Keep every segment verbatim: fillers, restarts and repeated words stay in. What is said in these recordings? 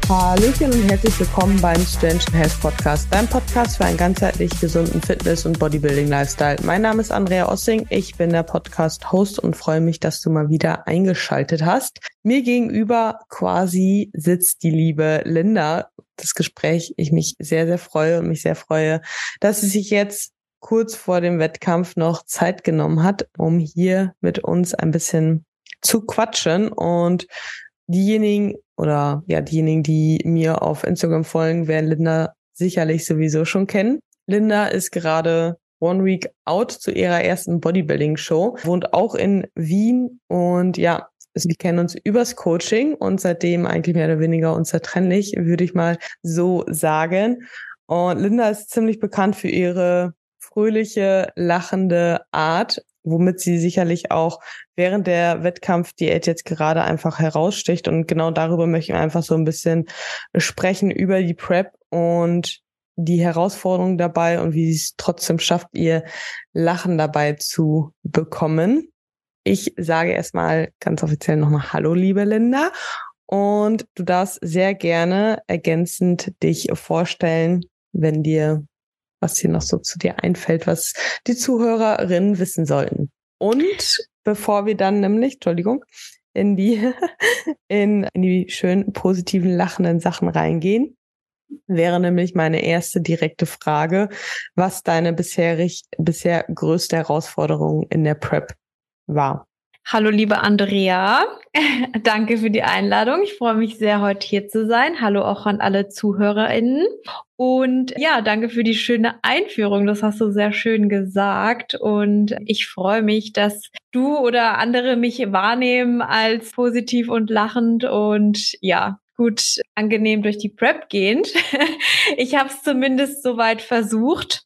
Hallöchen und herzlich willkommen beim Strange Health Podcast, dein Podcast für einen ganzheitlich gesunden Fitness- und Bodybuilding-Lifestyle. Mein Name ist Andrea Ossing, ich bin der Podcast-Host und freue mich, dass du mal wieder eingeschaltet hast. Mir gegenüber quasi sitzt die liebe Linda. Das Gespräch, ich mich sehr, sehr freue und mich sehr freue, dass sie sich jetzt kurz vor dem Wettkampf noch Zeit genommen hat, um hier mit uns ein bisschen zu quatschen. Und diejenigen oder ja, diejenigen, die mir auf Instagram folgen, werden Linda sicherlich sowieso schon kennen. Linda ist gerade one week out zu ihrer ersten Bodybuilding-Show, wohnt auch in Wien und ja, wir kennen uns übers Coaching und seitdem eigentlich mehr oder weniger unzertrennlich, würde ich mal so sagen. Und Linda ist ziemlich bekannt für ihre fröhliche, lachende Art, womit sie sicherlich auch während der Wettkampfdiät jetzt gerade einfach heraussticht. Und genau darüber möchten wir einfach so ein bisschen sprechen, über die Prep und die Herausforderungen dabei und wie sie es trotzdem schafft, ihr Lachen dabei zu bekommen. Ich sage erstmal ganz offiziell nochmal Hallo, liebe Linda. Und du darfst sehr gerne ergänzend dich vorstellen, wenn dir was hier noch so zu dir einfällt, was die Zuhörerinnen wissen sollten. Und bevor wir dann nämlich, Entschuldigung, in die, in, in die schönen, positiven, lachenden Sachen reingehen, wäre nämlich meine erste direkte Frage, was deine bisherig, bisher größte Herausforderung in der Prep war. Hallo liebe Andrea, danke für die Einladung. Ich freue mich sehr, heute hier zu sein. Hallo auch an alle ZuhörerInnen. Und ja, danke für die schöne Einführung. Das hast du sehr schön gesagt. Und ich freue mich, dass du oder andere mich wahrnehmen als positiv und lachend und ja, gut angenehm durch die Prep gehend. Ich habe es zumindest soweit versucht.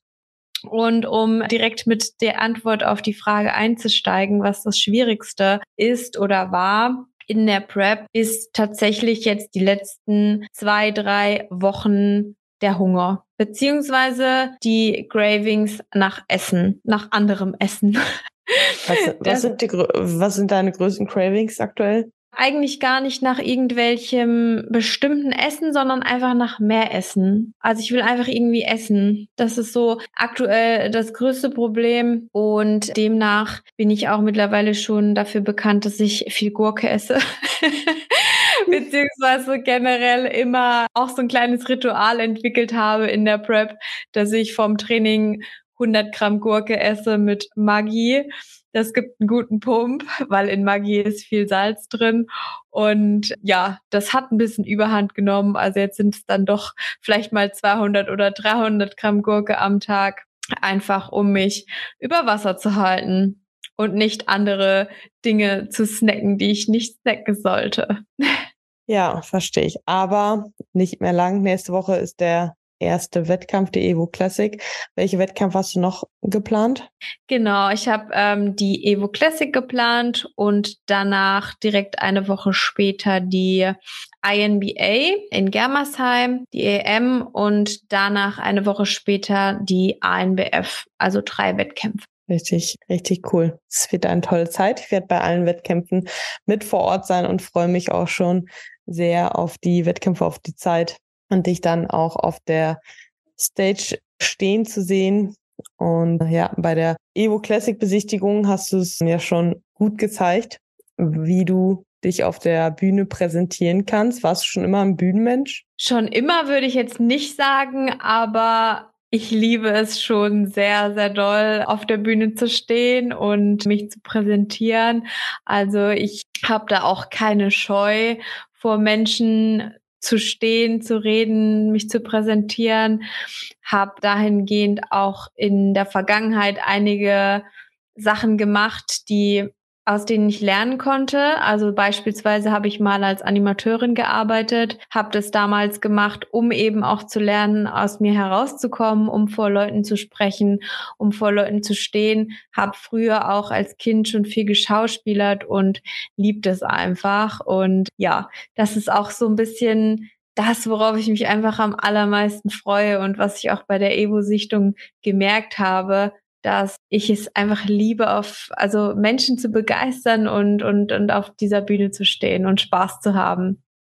Und um direkt mit der Antwort auf die Frage einzusteigen, was das Schwierigste ist oder war in der Prep, ist tatsächlich jetzt die letzten zwei, drei Wochen der Hunger, beziehungsweise die Cravings nach Essen, nach anderem Essen. Was, was, sind, die, was sind deine größten Cravings aktuell? Eigentlich gar nicht nach irgendwelchem bestimmten Essen, sondern einfach nach mehr Essen. Also ich will einfach irgendwie essen. Das ist so aktuell das größte Problem und demnach bin ich auch mittlerweile schon dafür bekannt, dass ich viel Gurke esse. Beziehungsweise generell immer auch so ein kleines Ritual entwickelt habe in der Prep, dass ich vom Training hundert Gramm Gurke esse mit Maggi. Das gibt einen guten Pump, weil in Maggi ist viel Salz drin. Und ja, das hat ein bisschen Überhand genommen. Also jetzt sind es dann doch vielleicht mal zweihundert oder dreihundert Gramm Gurke am Tag, einfach um mich über Wasser zu halten und nicht andere Dinge zu snacken, die ich nicht snacken sollte. Ja, verstehe ich. Aber nicht mehr lang. Nächste Woche ist der erste Wettkampf, die Evo Classic. Welche Wettkampf hast du noch geplant? Genau, ich habe ähm, die Evo Classic geplant und danach direkt eine Woche später die I N B A in Germersheim, die E M und danach eine Woche später die A N B F, also drei Wettkämpfe. Richtig, richtig cool. Es wird eine tolle Zeit. Ich werde bei allen Wettkämpfen mit vor Ort sein und freue mich auch schon sehr auf die Wettkämpfe, auf die Zeit und dich dann auch auf der Stage stehen zu sehen. Und ja, bei der Evo Classic Besichtigung hast du es ja schon gut gezeigt, wie du dich auf der Bühne präsentieren kannst. Warst du schon immer ein Bühnenmensch? Schon immer würde ich jetzt nicht sagen, aber ich liebe es schon sehr, sehr doll, auf der Bühne zu stehen und mich zu präsentieren. Also ich habe da auch keine Scheu, vor Menschen zu stehen, zu reden, mich zu präsentieren. Habe dahingehend auch in der Vergangenheit einige Sachen gemacht, die aus denen ich lernen konnte. Also beispielsweise habe ich mal als Animateurin gearbeitet, habe das damals gemacht, um eben auch zu lernen, aus mir herauszukommen, um vor Leuten zu sprechen, um vor Leuten zu stehen. Habe früher auch als Kind schon viel geschauspielert und liebt es einfach. Und ja, das ist auch so ein bisschen das, worauf ich mich einfach am allermeisten freue und was ich auch bei der Evo-Sichtung gemerkt habe, dass ich es einfach liebe, auf, also Menschen zu begeistern und, und, und auf dieser Bühne zu stehen und Spaß zu haben.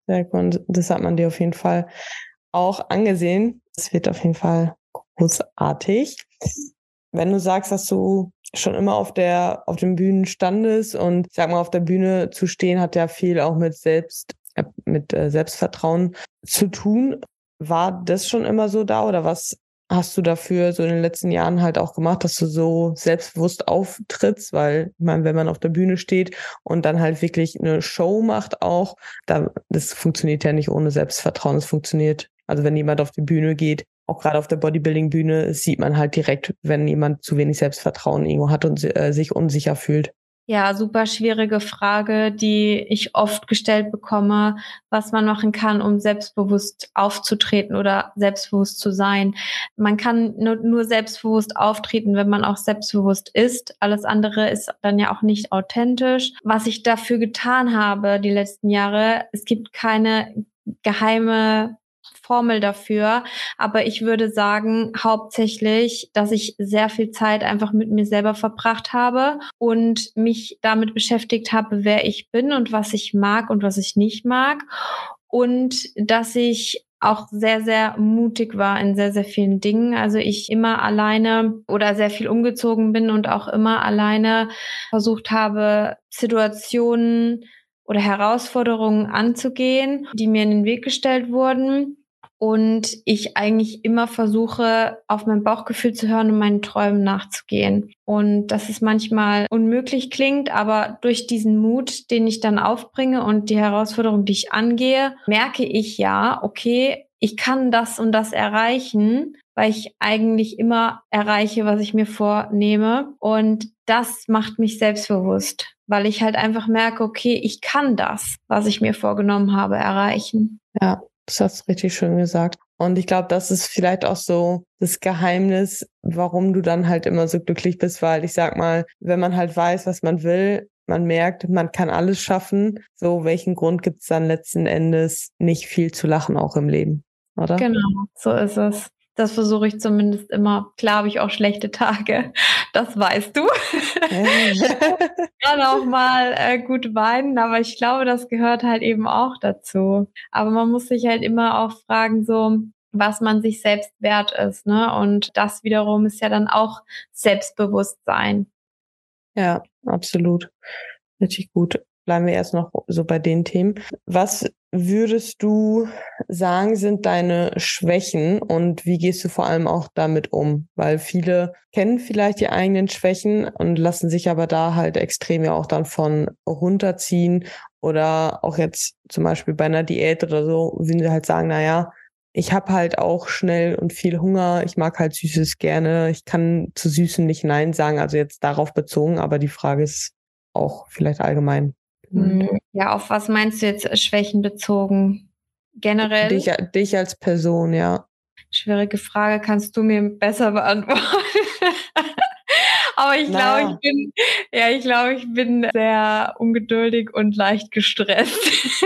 Sehr gut. Das hat man dir auf jeden Fall auch angesehen. Es wird auf jeden Fall großartig. Wenn du sagst, dass du schon immer auf der, auf den Bühnen standest und ich sag mal, auf der Bühne zu stehen hat ja viel auch mit Selbst, äh, mit äh, Selbstvertrauen zu tun. War das schon immer so da oder was hast du dafür so in den letzten Jahren halt auch gemacht, dass du so selbstbewusst auftrittst? Weil, ich meine, wenn man auf der Bühne steht und dann halt wirklich eine Show macht auch, da, das funktioniert ja nicht ohne Selbstvertrauen. Das funktioniert, also wenn jemand auf die Bühne geht, auch gerade auf der Bodybuilding-Bühne, sieht man halt direkt, wenn jemand zu wenig Selbstvertrauen irgendwo hat und äh, sich unsicher fühlt. Ja, super schwierige Frage, die ich oft gestellt bekomme, was man machen kann, um selbstbewusst aufzutreten oder selbstbewusst zu sein. Man kann nur, nur selbstbewusst auftreten, wenn man auch selbstbewusst ist. Alles andere ist dann ja auch nicht authentisch. Was ich dafür getan habe die letzten Jahre, es gibt keine geheime Formel dafür, aber ich würde sagen, hauptsächlich, dass ich sehr viel Zeit einfach mit mir selber verbracht habe und mich damit beschäftigt habe, wer ich bin und was ich mag und was ich nicht mag und dass ich auch sehr, sehr mutig war in sehr, sehr vielen Dingen. Also ich immer alleine oder sehr viel umgezogen bin und auch immer alleine versucht habe, Situationen oder Herausforderungen anzugehen, die mir in den Weg gestellt wurden. Und ich eigentlich immer versuche, auf mein Bauchgefühl zu hören und meinen Träumen nachzugehen. Und dass es manchmal unmöglich klingt, aber durch diesen Mut, den ich dann aufbringe und die Herausforderung, die ich angehe, merke ich ja, okay, ich kann das und das erreichen, weil ich eigentlich immer erreiche, was ich mir vornehme. Und das macht mich selbstbewusst, weil ich halt einfach merke, okay, ich kann das, was ich mir vorgenommen habe, erreichen. Ja. Das hast du richtig schön gesagt. Und ich glaube, das ist vielleicht auch so das Geheimnis, warum du dann halt immer so glücklich bist, weil ich sag mal, wenn man halt weiß, was man will, man merkt, man kann alles schaffen, so welchen Grund gibt es dann letzten Endes nicht viel zu lachen auch im Leben, oder? Genau, so ist es. Das versuche ich zumindest immer. Klar habe ich auch schlechte Tage, das weißt du. Ich kann auch mal äh, gut weinen, aber ich glaube, das gehört halt eben auch dazu. Aber man muss sich halt immer auch fragen, so was man sich selbst wert ist, ne? Und das wiederum ist ja dann auch Selbstbewusstsein. Ja, absolut. Richtig gut. Bleiben wir erst noch so bei den Themen. Was würdest du sagen, sind deine Schwächen und wie gehst du vor allem auch damit um? Weil viele kennen vielleicht die eigenen Schwächen und lassen sich aber da halt extrem ja auch dann von runterziehen oder auch jetzt zum Beispiel bei einer Diät oder so, wenn sie halt sagen, naja, ich habe halt auch schnell und viel Hunger, ich mag halt Süßes gerne, ich kann zu Süßem nicht Nein sagen, also jetzt darauf bezogen, aber die Frage ist auch vielleicht allgemein. Ja, auf was meinst du jetzt Schwächen bezogen? Generell? Dich, dich als Person, ja. Schwierige Frage, kannst du mir besser beantworten? Aber ich naja. glaube, ich bin, ja, ich glaube, ich bin sehr ungeduldig und leicht gestresst.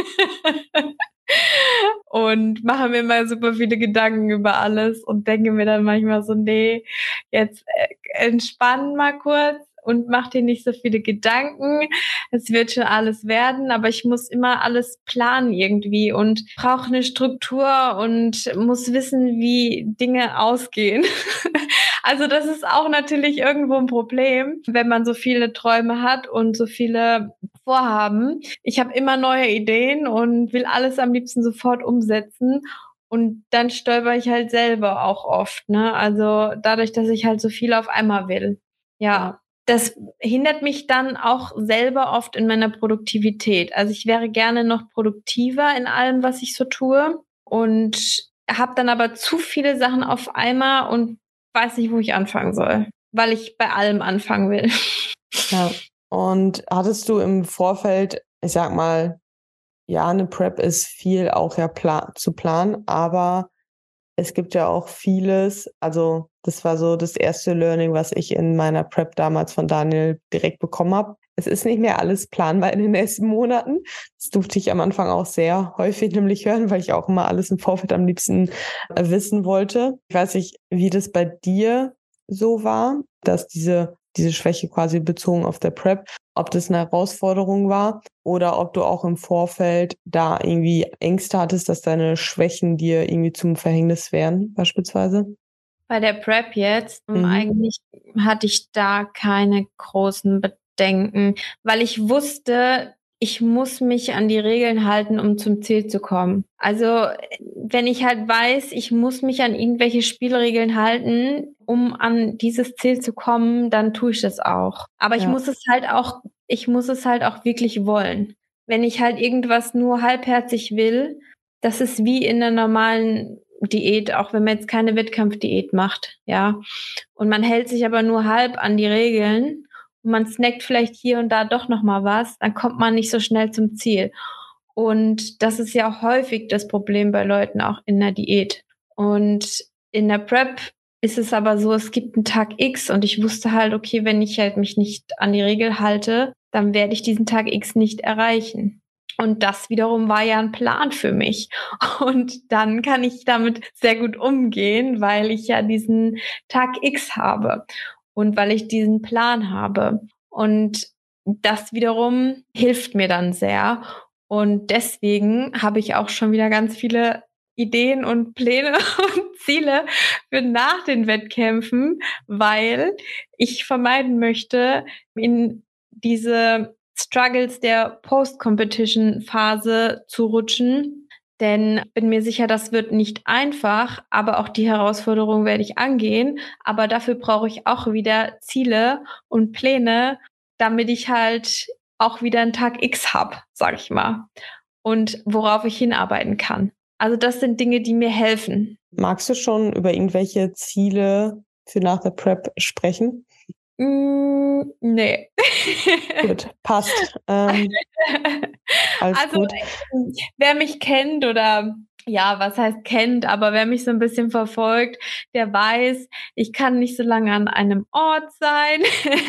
Und mache mir immer super viele Gedanken über alles und denke mir dann manchmal so, nee, jetzt entspannen mal kurz und mach dir nicht so viele Gedanken. Es wird schon alles werden, aber ich muss immer alles planen irgendwie und brauche eine Struktur und muss wissen, wie Dinge ausgehen. Also das ist auch natürlich irgendwo ein Problem, wenn man so viele Träume hat und so viele Vorhaben. Ich habe immer neue Ideen und will alles am liebsten sofort umsetzen. Und dann stolper ich halt selber auch oft, ne? Also dadurch, dass ich halt so viel auf einmal will. Ja. Das hindert mich dann auch selber oft in meiner Produktivität. Also ich wäre gerne noch produktiver in allem, was ich so tue und habe dann aber zu viele Sachen auf einmal und weiß nicht, wo ich anfangen soll, weil ich bei allem anfangen will. Ja. Und hattest du im Vorfeld, ich sag mal, ja, eine Prep ist viel auch ja pla- zu planen, aber es gibt ja auch vieles, also das war so das erste Learning, was ich in meiner Prep damals von Daniel direkt bekommen habe. Es ist nicht mehr alles planbar in den nächsten Monaten. Das durfte ich am Anfang auch sehr häufig nämlich hören, weil ich auch immer alles im Vorfeld am liebsten wissen wollte. Ich weiß nicht, wie das bei dir so war, dass diese diese Schwäche quasi bezogen auf der Prep, ob das eine Herausforderung war oder ob du auch im Vorfeld da irgendwie Ängste hattest, dass deine Schwächen dir irgendwie zum Verhängnis wären, beispielsweise? Bei der Prep jetzt, ähm, Mhm. eigentlich hatte ich da keine großen Bedenken, weil ich wusste, ich muss mich an die Regeln halten, um zum Ziel zu kommen. Also, wenn ich halt weiß, ich muss mich an irgendwelche Spielregeln halten, um an dieses Ziel zu kommen, dann tue ich das auch. Aber ich Ja. muss es halt auch ich muss es halt auch wirklich wollen. Wenn ich halt irgendwas nur halbherzig will, das ist wie in 'ner normalen Diät, auch wenn man jetzt keine Wettkampfdiät macht, ja. Und man hält sich aber nur halb an die Regeln und man snackt vielleicht hier und da doch noch mal was, dann kommt man nicht so schnell zum Ziel. Und das ist ja auch häufig das Problem bei Leuten auch in der Diät. Und in der Prep ist es aber so, es gibt 'n Tag X und ich wusste halt, okay, wenn ich halt mich nicht an die Regel halte, dann werde ich diesen Tag X nicht erreichen. Und das wiederum war ja 'n Plan für mich. Und dann kann ich damit sehr gut umgehen, weil ich ja diesen Tag X habe und weil ich diesen Plan habe. Und das wiederum hilft mir dann sehr. Und deswegen habe ich auch schon wieder ganz viele Ideen und Pläne und Ziele für nach den Wettkämpfen, weil ich vermeiden möchte, in diese Struggles der Post-Competition-Phase zu rutschen. Denn bin mir sicher, das wird nicht einfach, aber auch die Herausforderung werde ich angehen. Aber dafür brauche ich auch wieder Ziele und Pläne, damit ich halt auch wieder 'n Tag X habe, sage ich mal, und worauf ich hinarbeiten kann. Also, das sind Dinge, die mir helfen. Magst du schon über irgendwelche Ziele für nach der Prep sprechen? Hm, ne. Gut, passt. Ähm, alles Also, gut. ähm, wer mich kennt oder ja, was heißt kennt, aber wer mich so 'n bisschen verfolgt, der weiß, ich kann nicht so lange an einem Ort sein.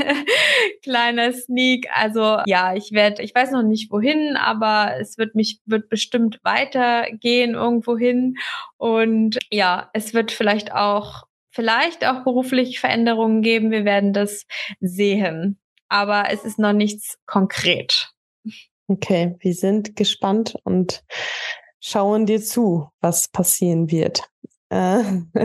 Kleiner Sneak. Also, ja, ich werde ich weiß noch nicht wohin, aber es wird mich wird bestimmt weitergehen irgendwohin. Und ja, es wird vielleicht auch vielleicht auch beruflich Veränderungen geben. Wir werden das sehen. Aber es ist noch nichts konkret. Okay, wir sind gespannt und schauen dir zu, was passieren wird. Äh,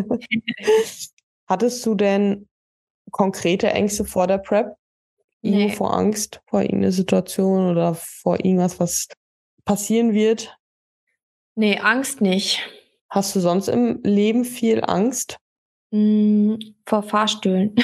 hattest du denn konkrete Ängste vor der Prep? Irgendwo Ne. vor Angst vor irgend 'ne Situation oder vor irgendwas, was passieren wird? Ne, Angst nicht. Hast du sonst im Leben viel Angst? Hm, vor Fahrstühlen.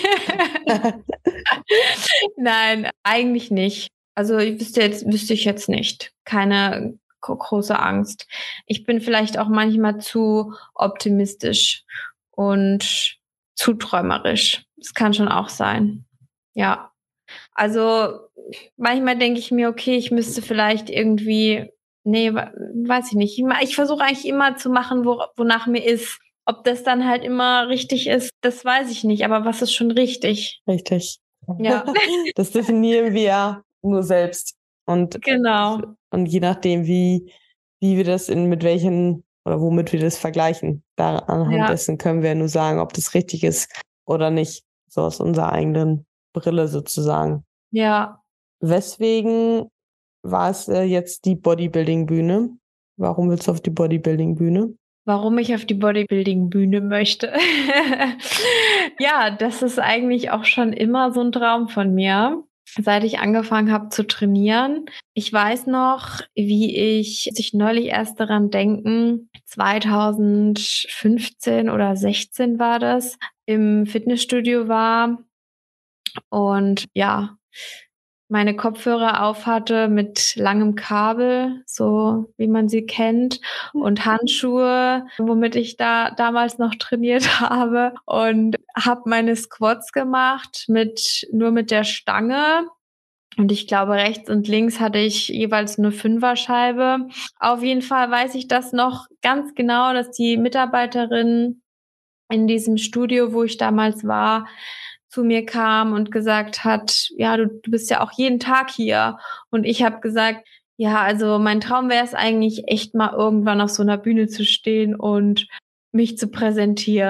Nein, eigentlich nicht. Also, ich wüsste jetzt wüsste ich jetzt nicht. Keine gro große Angst. Ich bin vielleicht auch manchmal zu optimistisch und zu träumerisch. Das kann schon auch sein. Ja. Also, manchmal denke ich mir: „Okay, ich müsste vielleicht irgendwie“ ne, wa weiß ich nicht. Ich ma ich versuche eigentlich immer zu machen, wora wonach mir ist. Ob das dann halt immer richtig ist, das weiß ich nicht, aber was ist schon richtig? Richtig. Ja. Das definieren wir ja nur selbst. Und Genau. und je nachdem, wie wie wir das in mit welchen oder womit wir das vergleichen, da anhand Ja. dessen können wir nur sagen, ob das richtig ist oder nicht, so aus unserer eigenen Brille sozusagen. Ja. Weswegen war es, äh, jetzt die Bodybuilding-Bühne? Warum willst du auf die Bodybuilding-Bühne? Warum ich auf die Bodybuilding-Bühne möchte? Ja, das ist eigentlich auch schon immer so 'n Traum von mir, seit ich angefangen habe zu trainieren. Ich weiß noch, wie ich muss ich neulich erst daran denken, zweitausendfünfzehn oder sechzehn war das, im Fitnessstudio war und ja, meine Kopfhörer auf hatte mit langem Kabel, so wie man sie kennt, und Handschuhe, womit ich da damals noch trainiert habe und habe meine Squats gemacht mit nur mit der Stange. Und ich glaube, rechts und links hatte ich jeweils 'ne Fünferscheibe. Auf jeden Fall weiß ich das noch ganz genau, dass die Mitarbeiterin in diesem Studio, wo ich damals war, zu mir kam und gesagt hat: „Ja, du du bist ja auch jeden Tag hier.“ Und ich habe gesagt: „Ja, also, mein Traum wäre es eigentlich echt mal irgendwann auf so 'ner Bühne zu stehen und mich zu präsentieren,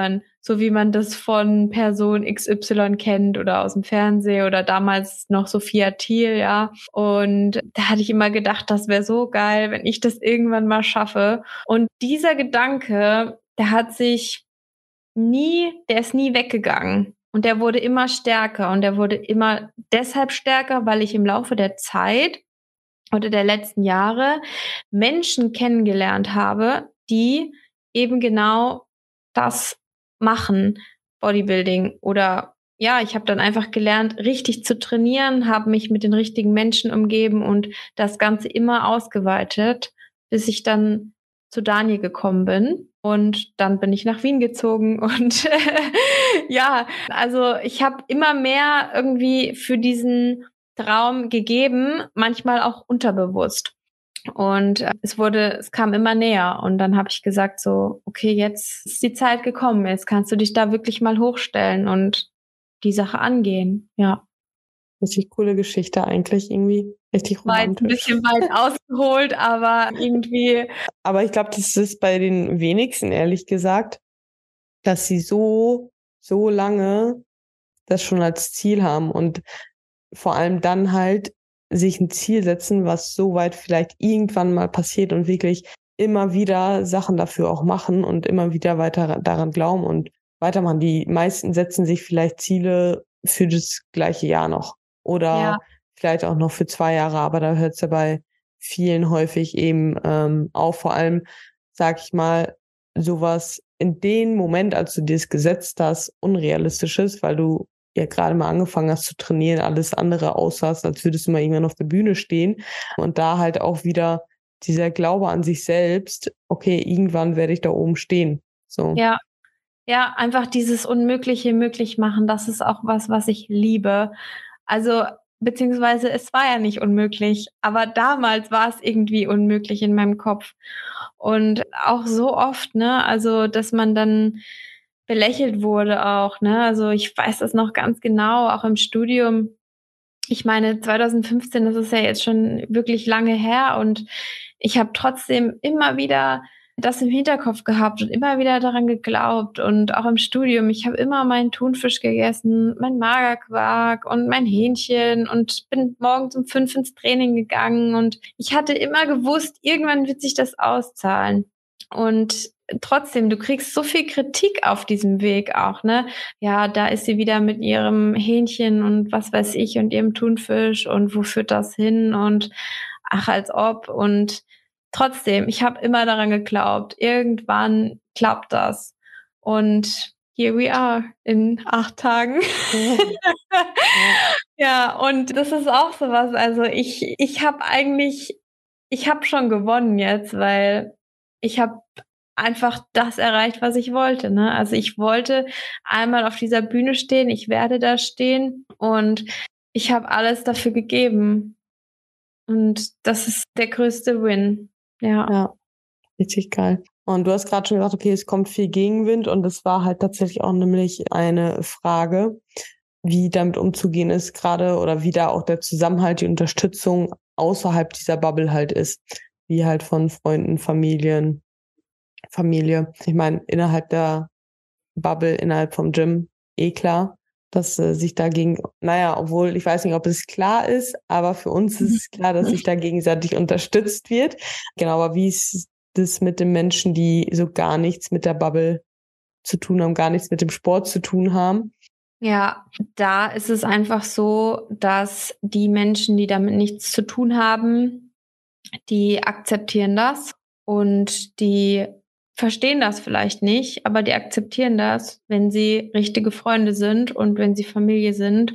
so wie man das von Person X Y kennt oder aus dem Fernsehen oder damals noch Sophia Thiel, ja. Und da hatte ich immer gedacht, das wäre so geil, wenn ich das irgendwann mal schaffe. Und dieser Gedanke, der hat sich nie, der ist nie weggegangen. Und der wurde immer stärker und der wurde immer deshalb stärker, weil ich im Laufe der Zeit oder der letzten Jahre Menschen kennengelernt habe, die eben genau das machen, Bodybuilding. Oder ja, ich habe dann einfach gelernt, richtig zu trainieren, habe mich mit den richtigen Menschen umgeben und das Ganze immer ausgeweitet, bis ich dann zu Daniel gekommen bin. Und dann bin ich nach Wien gezogen und ja, also ich habe immer mehr irgendwie für diesen Traum gegeben, manchmal auch unterbewusst. Und äh, es wurde, es kam immer näher. Und dann habe ich gesagt so, okay, jetzt ist die Zeit gekommen. Jetzt kannst du dich da wirklich mal hochstellen und die Sache angehen. Ja. Richtig coole Geschichte eigentlich irgendwie. Richtig War jetzt ein romantisch. bisschen weit ausgeholt, aber irgendwie. Aber ich glaube, das ist bei den wenigsten, ehrlich gesagt, dass sie so, so lange das schon als Ziel haben und vor allem dann halt sich ein Ziel setzen, was so weit vielleicht irgendwann mal passiert und wirklich immer wieder Sachen dafür auch machen und immer wieder weiter daran glauben und weitermachen. Die meisten setzen sich vielleicht Ziele für das gleiche Jahr noch oder Ja. vielleicht auch noch für zwei Jahre, aber da hört es ja bei vielen häufig eben ähm, auf. Vor allem, sag ich mal, sowas in dem Moment, als du dir es gesetzt hast, unrealistisch ist, weil du ja gerade mal angefangen hast zu trainieren, alles andere aussahst, als würdest du mal irgendwann auf der Bühne stehen und da halt auch wieder dieser Glaube an sich selbst, okay, irgendwann werde ich da oben stehen. So. Ja. Ja, einfach dieses Unmögliche möglich machen, das ist auch was, was ich liebe. Also, beziehungsweise es war ja nicht unmöglich, aber damals war es irgendwie unmöglich in meinem Kopf. Und auch so oft, ne, also, dass man dann belächelt wurde auch, ne? Also, ich weiß das noch ganz genau, auch im Studium. Ich meine, zwanzig fünfzehn, das ist ja jetzt schon wirklich lange her und ich habe trotzdem immer wieder das im Hinterkopf gehabt und immer wieder daran geglaubt und auch im Studium. Ich habe immer meinen Thunfisch gegessen, mein Magerquark und mein Hähnchen und bin morgens um fünf ins Training gegangen und ich hatte immer gewusst, irgendwann wird sich das auszahlen. Und trotzdem, du kriegst so viel Kritik auf diesem Weg auch, ne? Ja, da ist sie wieder mit ihrem Hähnchen und was weiß ich und ihrem Thunfisch und wo führt das hin und ach, als ob. Und trotzdem, ich habe immer daran geglaubt, irgendwann klappt das. Und here we are in acht Tagen. Ja. Ja, und das ist auch so was. Also ich, ich habe eigentlich, ich habe schon gewonnen jetzt, weil ich habe einfach das erreicht, was ich wollte. Ne? Also ich wollte einmal auf dieser Bühne stehen, ich werde da stehen und ich habe alles dafür gegeben. Und das ist der größte Win. Ja. Ja, richtig geil. Und du hast gerade schon gesagt, okay, es kommt viel Gegenwind und es war halt tatsächlich auch nämlich eine Frage, wie damit umzugehen ist gerade oder wie da auch der Zusammenhalt, die Unterstützung außerhalb dieser Bubble halt ist, wie halt von Freunden, Familien, Familie. Ich meine, innerhalb der Bubble, innerhalb vom Gym, eh klar, dass äh, sich dagegen, naja, obwohl ich weiß nicht, ob es klar ist, aber für uns ist es klar, dass sich da gegenseitig unterstützt wird. Genau, aber wie ist das mit den Menschen, die so gar nichts mit der Bubble zu tun haben, gar nichts mit dem Sport zu tun haben? Ja, da ist es einfach so, dass die Menschen, die damit nichts zu tun haben, die akzeptieren das und die verstehen das vielleicht nicht, aber die akzeptieren das, wenn sie richtige Freunde sind und wenn sie Familie sind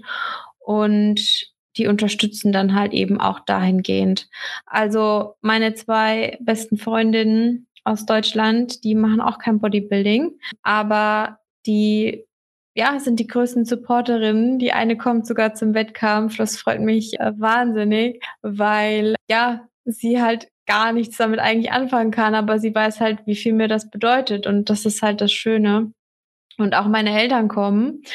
und die unterstützen dann halt eben auch dahingehend. Also meine zwei besten Freundinnen aus Deutschland, die machen auch kein Bodybuilding, aber die ja, sind die größten Supporterinnen. Die eine kommt sogar zum Wettkampf. Das freut mich äh, wahnsinnig, weil ja, sie halt gar nichts damit eigentlich anfangen kann, aber sie weiß halt, wie viel mir das bedeutet und das ist halt das Schöne. Und auch meine Eltern kommen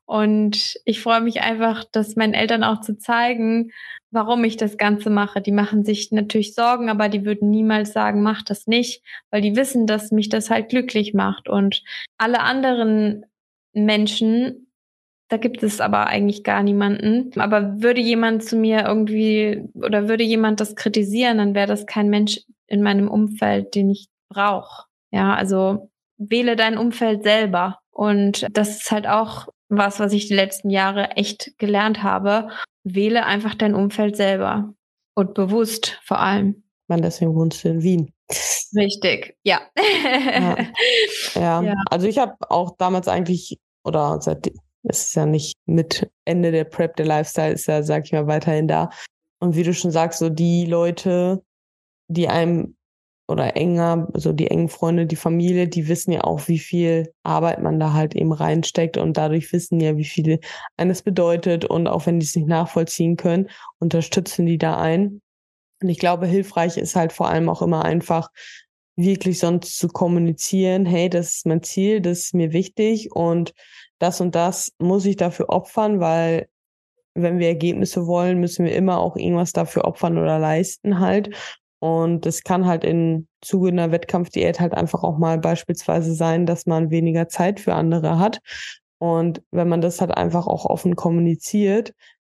Und ich freue mich einfach, das meinen Eltern auch zu zeigen, warum ich das Ganze mache. Die machen sich natürlich Sorgen, aber die würden niemals sagen, mach das nicht, weil die wissen, dass mich das halt glücklich macht. Und alle anderen Menschen, da gibt es aber eigentlich gar niemanden. Aber würde jemand zu mir irgendwie oder würde jemand das kritisieren, dann wäre das kein Mensch in meinem Umfeld, den ich brauche. Ja, also wähle dein Umfeld selber. Und das ist halt auch was, was ich die letzten Jahre echt gelernt habe. Wähle einfach dein Umfeld selber. Und bewusst vor allem. Man, deswegen wohnst du in Wien. Richtig, ja. Ja, ja. Ja. Also ich habe auch damals eigentlich, oder seit, es ist ja nicht mit Ende der Prep, der Lifestyle ist ja, sag ich mal, weiterhin da. Und wie du schon sagst, so die Leute, die einem oder enger, so die engen Freunde, die Familie, die wissen ja auch, wie viel Arbeit man da halt eben reinsteckt und dadurch wissen ja, wie viel eines bedeutet und auch wenn die es nicht nachvollziehen können, unterstützen die da ein. Und ich glaube, hilfreich ist halt vor allem auch immer einfach, wirklich sonst zu kommunizieren, hey, das ist mein Ziel, das ist mir wichtig und das und das muss ich dafür opfern, weil wenn wir Ergebnisse wollen, müssen wir immer auch irgendwas dafür opfern oder leisten halt. Und es kann halt im Zuge einer Wettkampfdiät halt einfach auch mal beispielsweise sein, dass man weniger Zeit für andere hat. Und wenn man das halt einfach auch offen kommuniziert,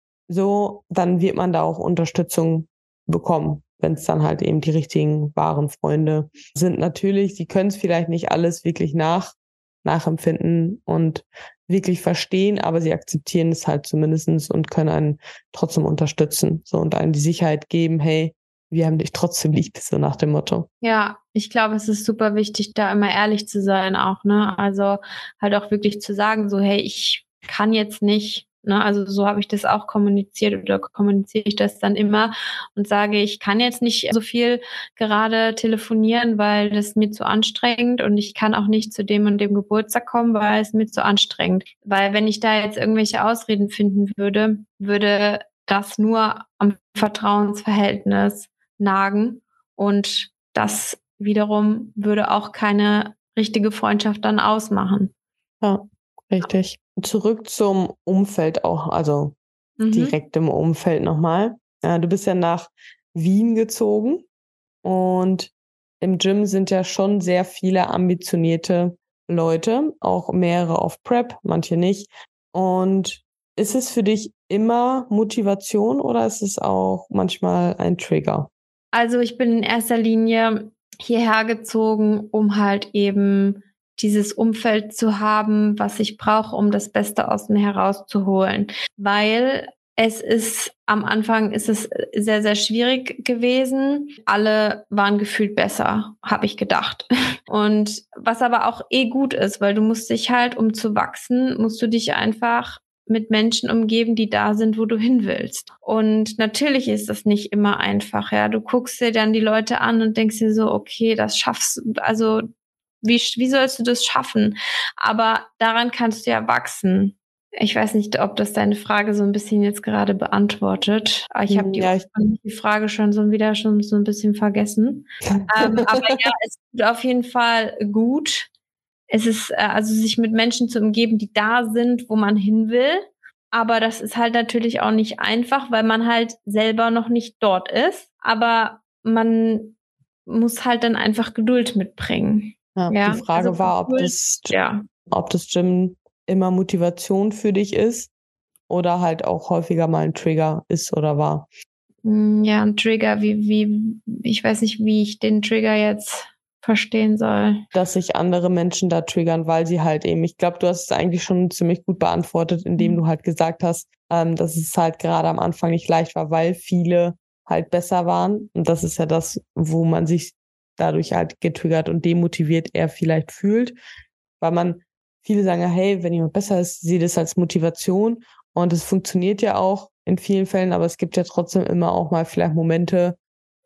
so, dann wird man da auch Unterstützung bekommen, wenn es dann halt eben die richtigen, wahren Freunde sind. Natürlich, die können es vielleicht nicht alles wirklich nach, nachempfinden und wirklich verstehen, aber sie akzeptieren es halt zumindestens und können einen trotzdem unterstützen, so, und einen die Sicherheit geben, hey, wir haben dich trotzdem lieb, so nach dem Motto. Ja, ich glaube, es ist super wichtig, da immer ehrlich zu sein auch, ne? Also halt auch wirklich zu sagen, so, hey, ich kann jetzt nicht, ne? Also so habe ich das auch kommuniziert oder kommuniziere ich das dann immer und sage, ich kann jetzt nicht so viel gerade telefonieren, weil das ist mir zu anstrengend und ich kann auch nicht zu dem und dem Geburtstag kommen, weil es mir zu anstrengend. Weil wenn ich da jetzt irgendwelche Ausreden finden würde, würde das nur am Vertrauensverhältnis nagen und das wiederum würde auch keine richtige Freundschaft dann ausmachen. Ja, richtig. Zurück zum Umfeld auch, also Mhm. direkt im Umfeld nochmal. Ja, du bist ja nach Wien gezogen und im Gym sind ja schon sehr viele ambitionierte Leute, auch mehrere auf Prep, manche nicht. Und ist es für dich immer Motivation oder ist es auch manchmal ein Trigger? Also ich bin in erster Linie hierher gezogen, um halt eben dieses Umfeld zu haben, was ich brauche, um das Beste aus mir herauszuholen. Weil es ist, am Anfang ist es sehr, sehr schwierig gewesen. Alle waren gefühlt besser, habe ich gedacht. Und was aber auch eh gut ist, weil du musst dich halt, um zu wachsen, musst du dich einfach mit Menschen umgeben, die da sind, wo du hin willst. Und natürlich ist das nicht immer einfach, ja. Du guckst dir dann die Leute an und denkst dir so, okay, das schaffst du, also wie, wie sollst du das schaffen? Aber daran kannst du ja wachsen. Ich weiß nicht, ob das deine Frage so ein bisschen jetzt gerade beantwortet. Ich habe die, Ja, ich, die Frage schon so wieder schon so ein bisschen vergessen. ähm, aber ja, es tut auf jeden Fall gut. Es ist äh, also sich mit Menschen zu umgeben, die da sind, wo man hin will. Aber das ist halt natürlich auch nicht einfach, weil man halt selber noch nicht dort ist. Aber man muss halt dann einfach Geduld mitbringen. ja, Ja, die Frage also war, ob Geduld, das, ja. ob das Gym immer Motivation für dich ist oder halt auch häufiger mal ein Trigger ist oder war. Ja, ein Trigger, wie, wie, ich weiß nicht, wie ich den Trigger jetzt verstehen soll. Dass sich andere Menschen da triggern, weil sie halt eben, ich glaube, du hast es eigentlich schon ziemlich gut beantwortet, indem du halt gesagt hast, ähm, dass es halt gerade am Anfang nicht leicht war, weil viele halt besser waren. Und das ist ja das, wo man sich dadurch halt getriggert und demotiviert eher vielleicht fühlt, weil man, viele sagen ja, hey, wenn jemand besser ist, sieht es als Motivation und es funktioniert ja auch in vielen Fällen, aber es gibt ja trotzdem immer auch mal vielleicht Momente,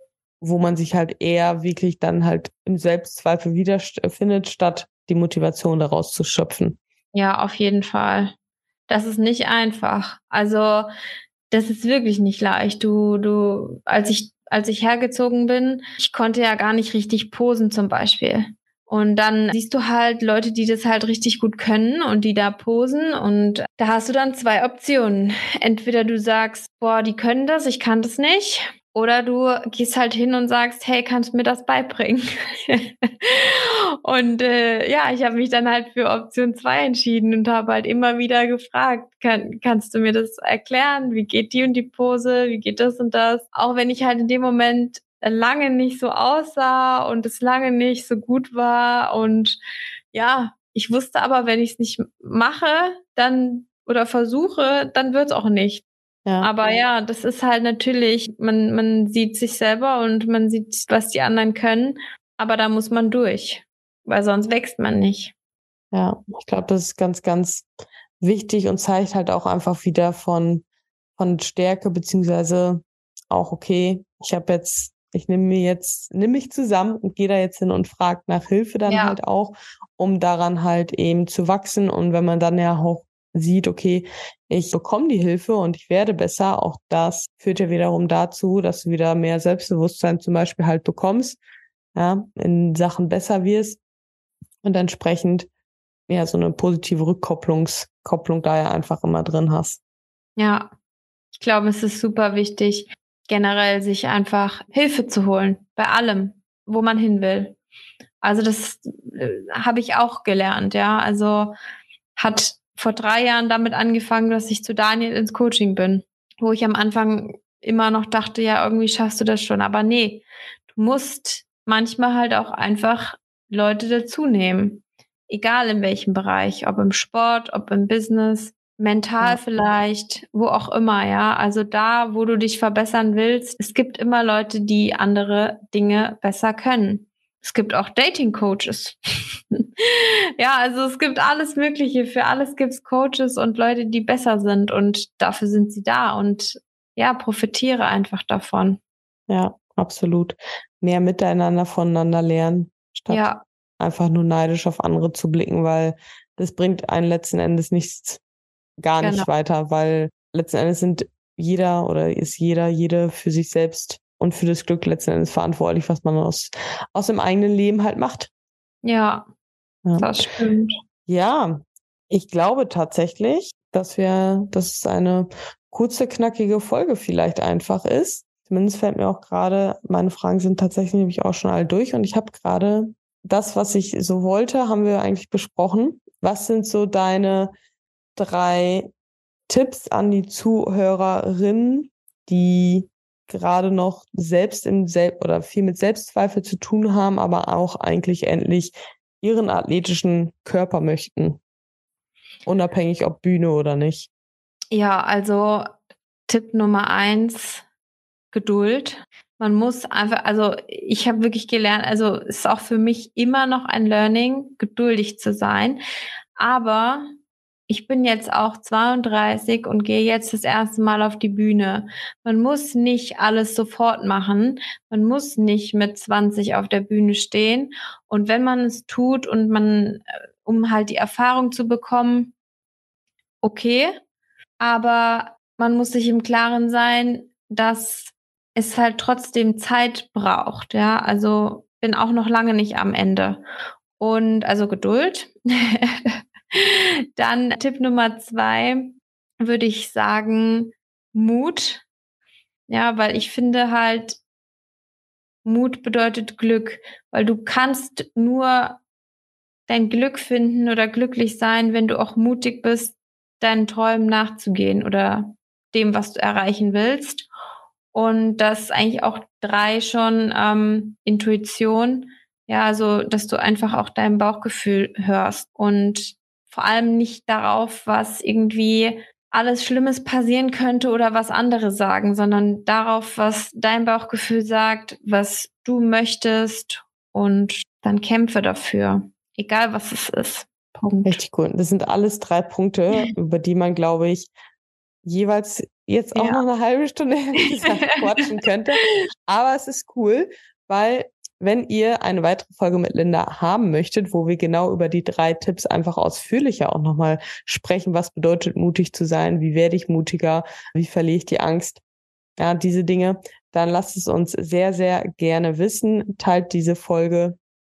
wo man sich halt eher wirklich dann halt im Selbstzweifel wiederfindet, statt die Motivation daraus zu schöpfen. Ja, auf jeden Fall. Das ist nicht einfach. Also, das ist wirklich nicht leicht. Du, du, als ich, als ich hergezogen bin, ich konnte ja gar nicht richtig posen zum Beispiel. Und dann siehst du halt Leute, die das halt richtig gut können und die da posen. Und da hast du dann zwei Optionen. Entweder du sagst, boah, die können das, ich kann das nicht. Oder du gehst halt hin und sagst, hey, kannst du mir das beibringen? Und äh, ja, ich habe mich dann halt für Option zwei entschieden und habe halt immer wieder gefragt, kann, kannst du mir das erklären? Wie geht die und die Pose? Wie geht das und das? Auch wenn ich halt in dem Moment lange nicht so aussah und es lange nicht so gut war. Und ja, ich wusste aber, wenn ich es nicht mache, dann oder versuche, dann wird's auch nicht. Ja. Aber ja, das ist halt natürlich, man, man sieht sich selber und man sieht, was die anderen können, aber da muss man durch, weil sonst wächst man nicht. Ja, ich glaube, das ist ganz, ganz wichtig und zeigt halt auch einfach wieder von, von Stärke, beziehungsweise auch, okay, ich habe jetzt, ich nehme mir jetzt, nehme mich zusammen und gehe da jetzt hin und frage nach Hilfe dann ja. halt auch, um daran halt eben zu wachsen. Und wenn man dann ja auch sieht, okay, ich bekomme die Hilfe und ich werde besser, auch das führt ja wiederum dazu, dass du wieder mehr Selbstbewusstsein zum Beispiel halt bekommst, ja, in Sachen besser wirst und entsprechend ja so eine positive Rückkopplungskopplung da ja einfach immer drin hast. Ja, ich glaube, es ist super wichtig, generell sich einfach Hilfe zu holen, bei allem, wo man hin will. Also das äh, habe ich auch gelernt, ja, also hat vor drei Jahren damit angefangen, dass ich zu Daniel ins Coaching bin, wo ich am Anfang immer noch dachte, ja, irgendwie schaffst du das schon. Aber nee, du musst manchmal halt auch einfach Leute dazu nehmen. Egal in welchem Bereich, ob im Sport, ob im Business, mental ja. vielleicht, wo auch immer, ja. Also da, wo du dich verbessern willst, es gibt immer Leute, die andere Dinge besser können. Es gibt auch Dating-Coaches. Ja, also es gibt alles Mögliche. Für alles gibt es Coaches und Leute, die besser sind. Und dafür sind sie da. Und ja, profitiere einfach davon. Ja, absolut. Mehr miteinander voneinander lernen, statt ja. einfach nur neidisch auf andere zu blicken, weil das bringt einen letzten Endes nichts, gar nicht genau. weiter, weil letzten Endes sind jeder oder ist jeder, jede für sich selbst und für das Glück letzten Endes verantwortlich, was man aus, aus dem eigenen Leben halt macht. Ja, ja, das stimmt. Ja, ich glaube tatsächlich, dass wir, dass es eine kurze, knackige Folge vielleicht einfach ist. Zumindest fällt mir auch gerade, meine Fragen sind tatsächlich nämlich auch schon alle durch und ich habe gerade das, was ich so wollte, haben wir eigentlich besprochen. Was sind so deine drei Tipps an die Zuhörerinnen, die gerade noch selbst im Sel- oder viel mit Selbstzweifel zu tun haben, aber auch eigentlich endlich ihren athletischen Körper möchten? Unabhängig ob Bühne oder nicht. Ja, also Tipp Nummer eins, Geduld. Man muss einfach, also ich habe wirklich gelernt, also es ist auch für mich immer noch ein Learning, geduldig zu sein. Aber ich bin jetzt auch zweiunddreißig und gehe jetzt das erste Mal auf die Bühne. Man muss nicht alles sofort machen. Man muss nicht mit zwanzig auf der Bühne stehen. Und wenn man es tut und man, um halt die Erfahrung zu bekommen, okay. Aber man muss sich im Klaren sein, dass es halt trotzdem Zeit braucht. Ja, also bin auch noch lange nicht am Ende. Und also Geduld. Dann Tipp Nummer zwei würde ich sagen, Mut. Ja, weil ich finde halt, Mut bedeutet Glück, weil du kannst nur dein Glück finden oder glücklich sein, wenn du auch mutig bist, deinen Träumen nachzugehen oder dem, was du erreichen willst. Und das ist eigentlich auch drei schon ähm, Intuition. Ja, also, dass du einfach auch deinem Bauchgefühl hörst und vor allem nicht darauf, was irgendwie alles Schlimmes passieren könnte oder was andere sagen, sondern darauf, was dein Bauchgefühl sagt, was du möchtest, und dann kämpfe dafür, egal was es ist. Punkt. Richtig cool. Das sind alles drei Punkte, über die man, glaube ich, jeweils jetzt auch ja. noch eine halbe Stunde quatschen könnte. Aber es ist cool, weil wenn ihr eine weitere Folge mit Linda haben möchtet, wo wir genau über die drei Tipps einfach ausführlicher auch nochmal sprechen, was bedeutet mutig zu sein, wie werde ich mutiger, wie verliere ich die Angst, ja, diese Dinge, dann lasst es uns sehr, sehr gerne wissen. Teilt diese Folge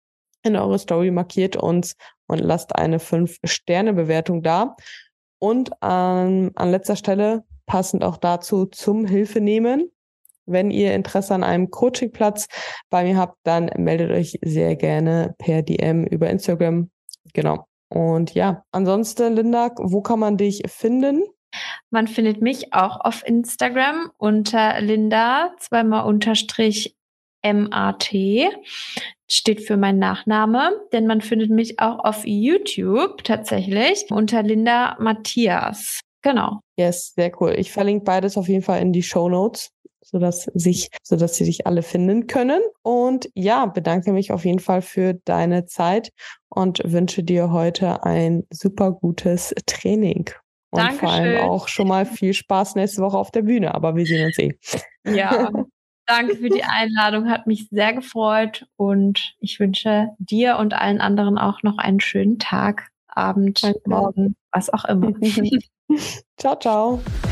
in eure Story, markiert uns und lasst eine fünf Sterne Bewertung da. Und ähm, an letzter Stelle, passend auch dazu, zum Hilfenehmen. Wenn ihr Interesse an einem Coachingplatz bei mir habt, dann meldet euch sehr gerne per D M über Instagram. Genau. Und ja, ansonsten, Linda, wo kann man dich finden? Man findet mich auch auf Instagram unter Linda, zweimal unterstrich M A T, steht für mein Nachname, denn man findet mich auch auf YouTube tatsächlich unter Linda Matthias. Genau. Yes, sehr cool. Ich verlinke beides auf jeden Fall in die Shownotes, sodass sich, sodass sie dich alle finden können. Und ja, bedanke mich auf jeden Fall für deine Zeit und wünsche dir heute ein super gutes Training. Und Dankeschön. Vor allem auch schon mal viel Spaß nächste Woche auf der Bühne, aber wir sehen uns eh. Ja, danke für die Einladung, hat mich sehr gefreut und ich wünsche dir und allen anderen auch noch einen schönen Tag, Abend, Danke. Morgen, was auch immer. Ciao, ciao.